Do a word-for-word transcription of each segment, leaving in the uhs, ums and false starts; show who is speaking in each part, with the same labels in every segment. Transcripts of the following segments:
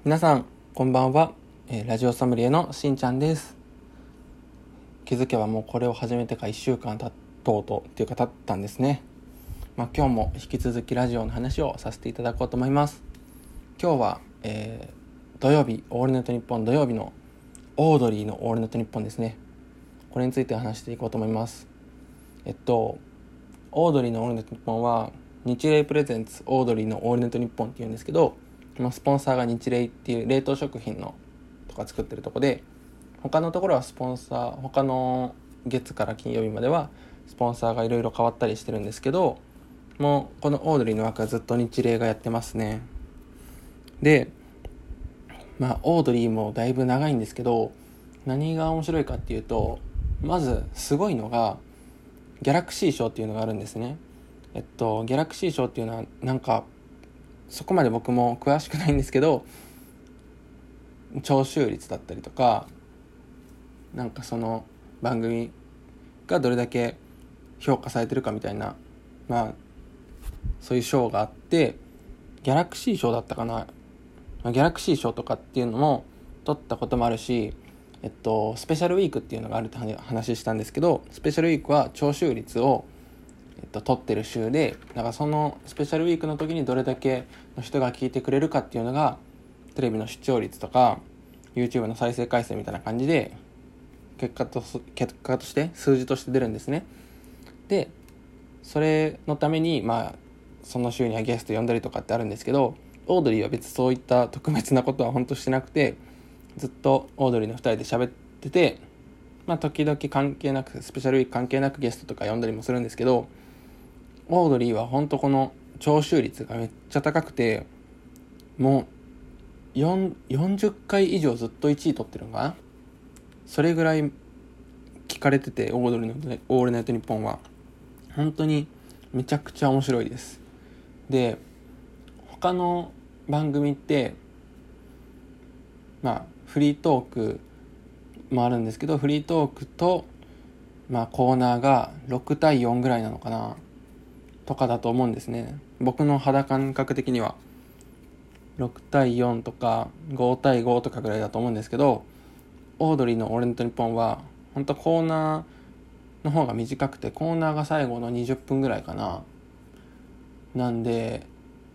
Speaker 1: 皆さんこんばんは、えーラジオソムリエのしんちゃんです。気づけばもうこれを始めてからいっしゅうかん経とうとっていうか経ったんですね。まあ、今日も引き続きラジオの話をさせていただこうと思います。今日は、えー土曜日オールナイトニッポン土曜日のオードリーのオールナイトニッポンですね。これについて話していこうと思います。えっとオードリーのオールナイトニッポンは日霊プレゼンツオードリーのオールナイトニッポンっていうんですけど、スポンサーが日霊っていう冷凍食品のとか作ってるとこで、他のところはスポンサー他の月から金曜日まではスポンサーがいろいろ変わったりしてるんですけど、もうこのオードリーの枠はずっと日霊がやってますね。でまあオードリーもだいぶ長いんですけど、何が面白いかっていうと、まずすごいのがギャラクシー賞っていうのがあるんですね。えっとギャラクシー賞っていうのはなんかそこまで僕も詳しくないんですけど、聴取率だったりとか、なんかその番組がどれだけ評価されてるかみたいな、まあそういう賞があって、ギャラクシー賞だったかな、ギャラクシー賞とかっていうのも取ったこともあるし、えっとスペシャルウィークっていうのがあるって話したんですけど、スペシャルウィークは聴取率をえっと、撮ってる週で、だからそのスペシャルウィークの時にどれだけの人が聞いてくれるかっていうのがテレビの視聴率とか YouTube の再生回数みたいな感じで結果と結果として数字として出るんですね。でそれのためにまあその週にはゲスト呼んだりとかってあるんですけど、オードリーは別にそういった特別なことは本当してなくて、ずっとオードリーのふたりで喋ってて、まあ時々関係なくスペシャルウィーク関係なくゲストとか呼んだりもするんですけど、オードリーは本当この聴取率がめっちゃ高くて、もうよんよんじゅっかい以上ずっといちい取ってるのかな。それぐらい聞かれてて、オードリーのオールナイトニッポンは本当にめちゃくちゃ面白いです。で他の番組ってまあフリートークもあるんですけど、フリートークとまあコーナーがろくたいよんぐらいなのかなとかだと思うんですね。僕の肌感覚的にはろくたいよんとかごたいごとかぐらいだと思うんですけど、オードリーのオールナイトニッポンは本当コーナーの方が短くて、コーナーが最後のにじゅっぷんぐらいかな。なんで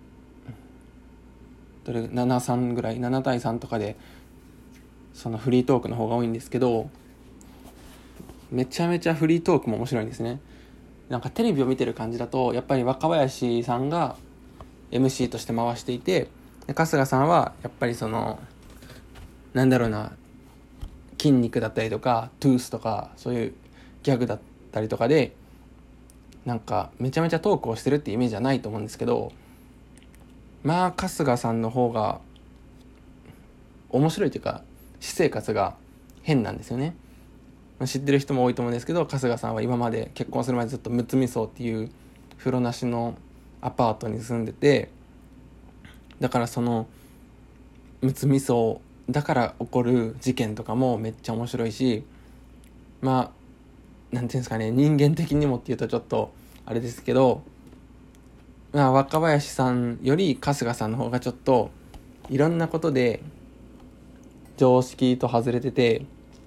Speaker 1: どれななたいさんぐらいななたいさんとかでそのフリートークの方が多いんですけど、めちゃめちゃフリートークも面白いんですね。なんかテレビを見てる感じだとやっぱり若林さんが エムシー として回していて、春日さんはやっぱりそのなんだろうな、筋肉だったりとかトゥースとかそういうギャグだったりとかでなんかめちゃめちゃトークをしてるってイメージはないと思うんですけど、まあ春日さんの方が面白いというか私生活が変なんですよね。知ってる人も多いと思うんですけど、春日さんは今まで結婚する前ずっとむつみ荘っていう風呂なしのアパートに住んでて、だからそのむつみ荘だから起こる事件とかもめっちゃ面白いし、まあなんていうんですかね、人間的にもっていうとちょっとあれですけど、まあ若林さんより春日さんの方がちょっといろんなことで常識と外れてて、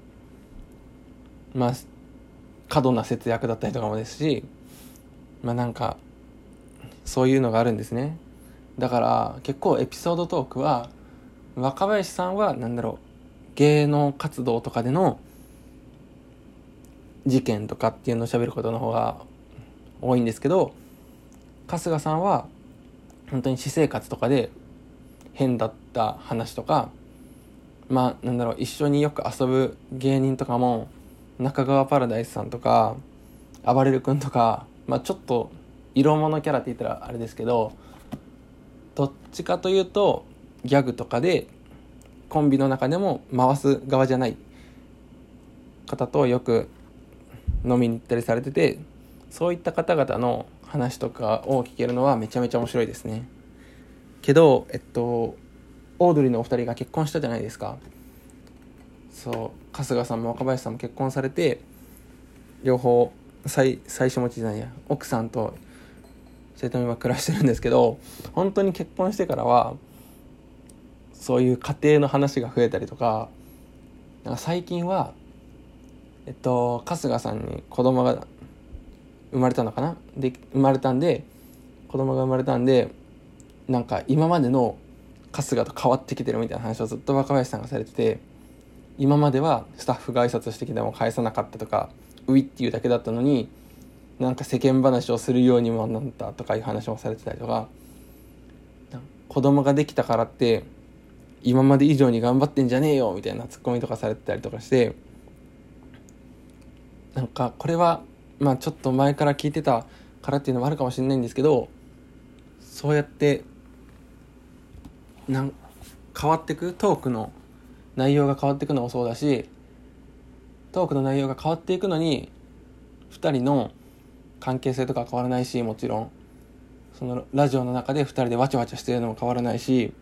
Speaker 1: まあ過度な節約だったりとかもですし、まあなんかそういうのがあるんですね。だから結構エピソードトークは若林さんはなんだろう、芸能活動とかでの事件とかっていうのを喋ることの方が多いんですけど、春日さんは本当に私生活とかで変だった話とか、まあなんだろう、一緒によく遊ぶ芸人とかも中川パラダイスさんとかあばれる君とか、まあちょっと色物キャラって言ったらあれですけど、どっちかというとギャグとかでコンビの中でも回す側じゃない方とよく飲みに行ったりされてて、そういった方々の話とかを聞けるのはめちゃめちゃ面白いですね。けどえっとオードリーのお二人が結婚したじゃないですか。そう春日さんも若林さんも結婚されて、両方最最初持ちじゃないや奥さんと瀬戸美は暮らしてるんですけど、本当に結婚してからはそういう家庭の話が増えたりとか、なんか最近はえっと春日さんに子供が生まれたのかなで生まれたんで子供が生まれたんでなんか今までの春日と変わってきてるみたいな話をずっと若林さんがされてて、今まではスタッフが挨拶してきても返さなかったとかウィっていうだけだったのになんか世間話をするようにもなったとかいう話もされてたりとか、子供ができたからって今まで以上に頑張ってんじゃねえよみたいなツッコミとかされてたりとかして、なんかこれはまあちょっと前から聞いてたからっていうのもあるかもしれないんですけど、そうやってなん変わってくトークの内容が変わっていくのもそうだし、トークの内容が変わっていくのにふたりの関係性とか変わらないし、もちろんそのラジオの中でふたりでわちゃわちゃしてるのも変わらないし、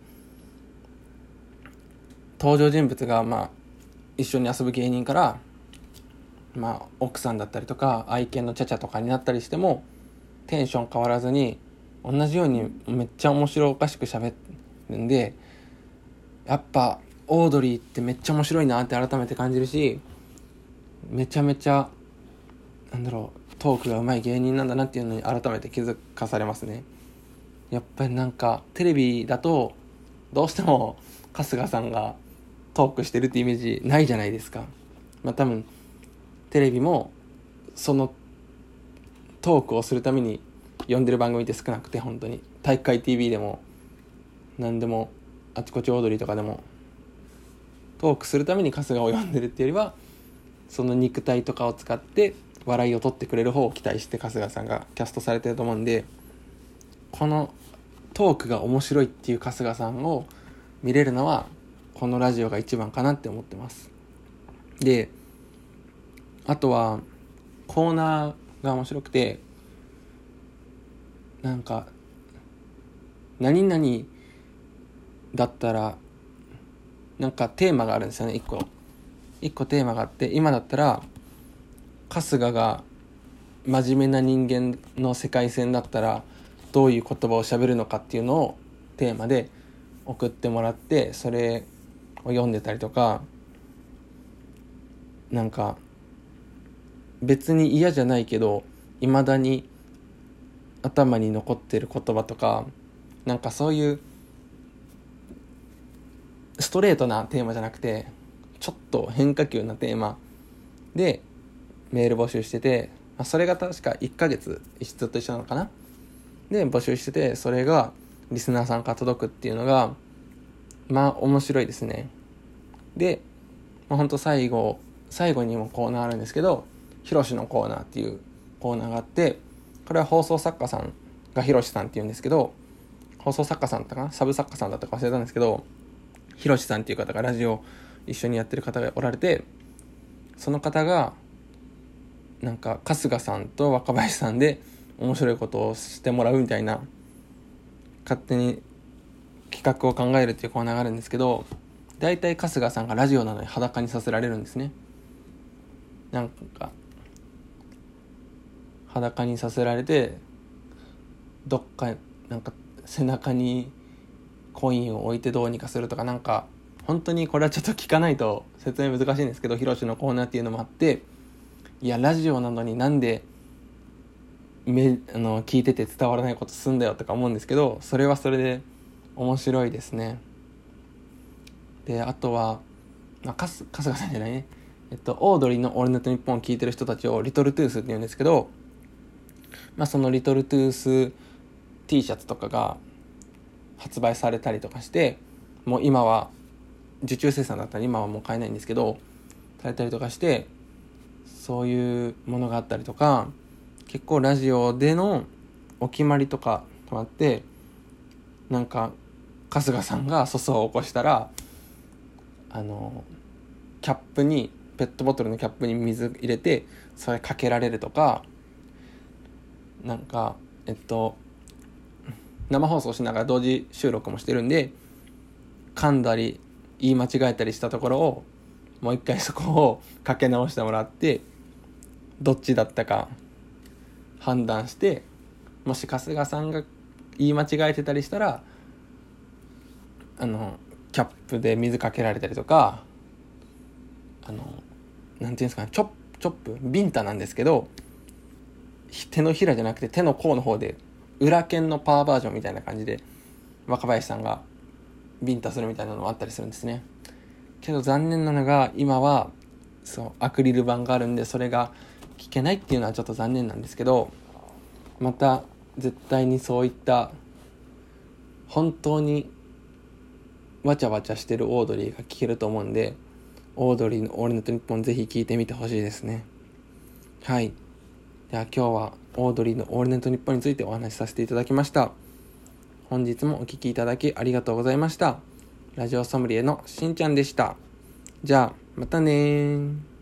Speaker 1: 登場人物がまあ一緒に遊ぶ芸人からまあ奥さんだったりとか愛犬のチャチャとかになったりしてもテンション変わらずに同じようにめっちゃ面白おかしく喋るんで、やっぱオードリーってめっちゃ面白いなって改めて感じるし、めちゃめちゃなんだろうトークが上手い芸人なんだなっていうのに改めて気づかされますね。やっぱりなんかテレビだとどうしても春日さんがトークしてるってイメージないじゃないですか。まあ多分テレビもそのトークをするために呼んでる番組って少なくて、本当に体育会 ティーブイ でも何でもあちこちオードリーとかでもトークするために春日を呼んでるっていうよりはその肉体とかを使って笑いを取ってくれる方を期待して春日さんがキャストされてると思うんで、このトークが面白いっていう春日さんを見れるのはこのラジオが一番かなって思ってます。で、あとはコーナーが面白くて、なんか何々だったらなんかテーマがあるんですよね。一個一個テーマがあって、今だったら春日が真面目な人間の世界線だったらどういう言葉を喋るのかっていうのをテーマで送ってもらって、それを読んでたりとか、なんか別に嫌じゃないけど未だに頭に残ってる言葉とか、なんかそういうストレートなテーマじゃなくてちょっと変化球なテーマでメール募集してて、それが確かいっかげつずっと一緒なのかなで募集してて、それがリスナーさんから届くっていうのがまあ面白いですね。で、まあ、ほんと最後最後にもコーナーあるんですけど、ひろしのコーナーっていうコーナーがあって、これは放送作家さんがひろしさんっていうんですけど、放送作家さんだったかなサブ作家さんだったか忘れたんですけど、ひろしさんっていう方がラジオ一緒にやってる方がおられて、その方がなんか春日さんと若林さんで面白いことをしてもらうみたいな、勝手に企画を考えるっていうコーナーがあるんですけど、だいたい春日さんがラジオなのに裸にさせられるんですね。なんか裸にさせられて、どっかなんか背中にコインを置いてどうにかするとか、なんか本当にこれはちょっと聞かないと説明難しいんですけど、ヒロシのコーナーっていうのもあって、いやラジオなのになんでめあの聞いてて伝わらないことすんだよとか思うんですけど、それはそれで面白いですね。で、あとは、まあ、かす春日さんじゃないねえっとオードリーのオールナイトニッポンを聞いてる人たちをリトルトゥースって言うんですけど、まあそのリトルトゥース T シャツとかが発売されたりとかして、もう今は受注生産だったら今はもう買えないんですけどされたりとかして、そういうものがあったりとか、結構ラジオでのお決まりとかとあって、なんか春日さんが粗相を起こしたらあのキャップにペットボトルのキャップに水入れてそれかけられるとか、なんかえっと生放送しながら同時収録もしてるんで、噛んだり言い間違えたりしたところをもう一回そこをかけ直してもらって、どっちだったか判断して、もし春日さんが言い間違えてたりしたらあのキャップで水かけられたりとか、あのなんていうんですかね、チョップチョップビンタなんですけど、手のひらじゃなくて手の甲の方で裏剣のパワーバージョンみたいな感じで若林さんがビンタするみたいなのもあったりするんですね。けど残念なのが今はそうアクリル板があるんで、それが聞けないっていうのはちょっと残念なんですけど、また絶対にそういった本当にわちゃわちゃしてるオードリーが聞けると思うんで、オードリーのオールナイトニッポンぜひ聞いてみてほしいですね。はい。では今日はオードリーのオールナイトニッポンについてお話しさせていただきました。本日もお聞きいただきありがとうございました。ラジオソムリエのしんちゃんでした。じゃあまたねー。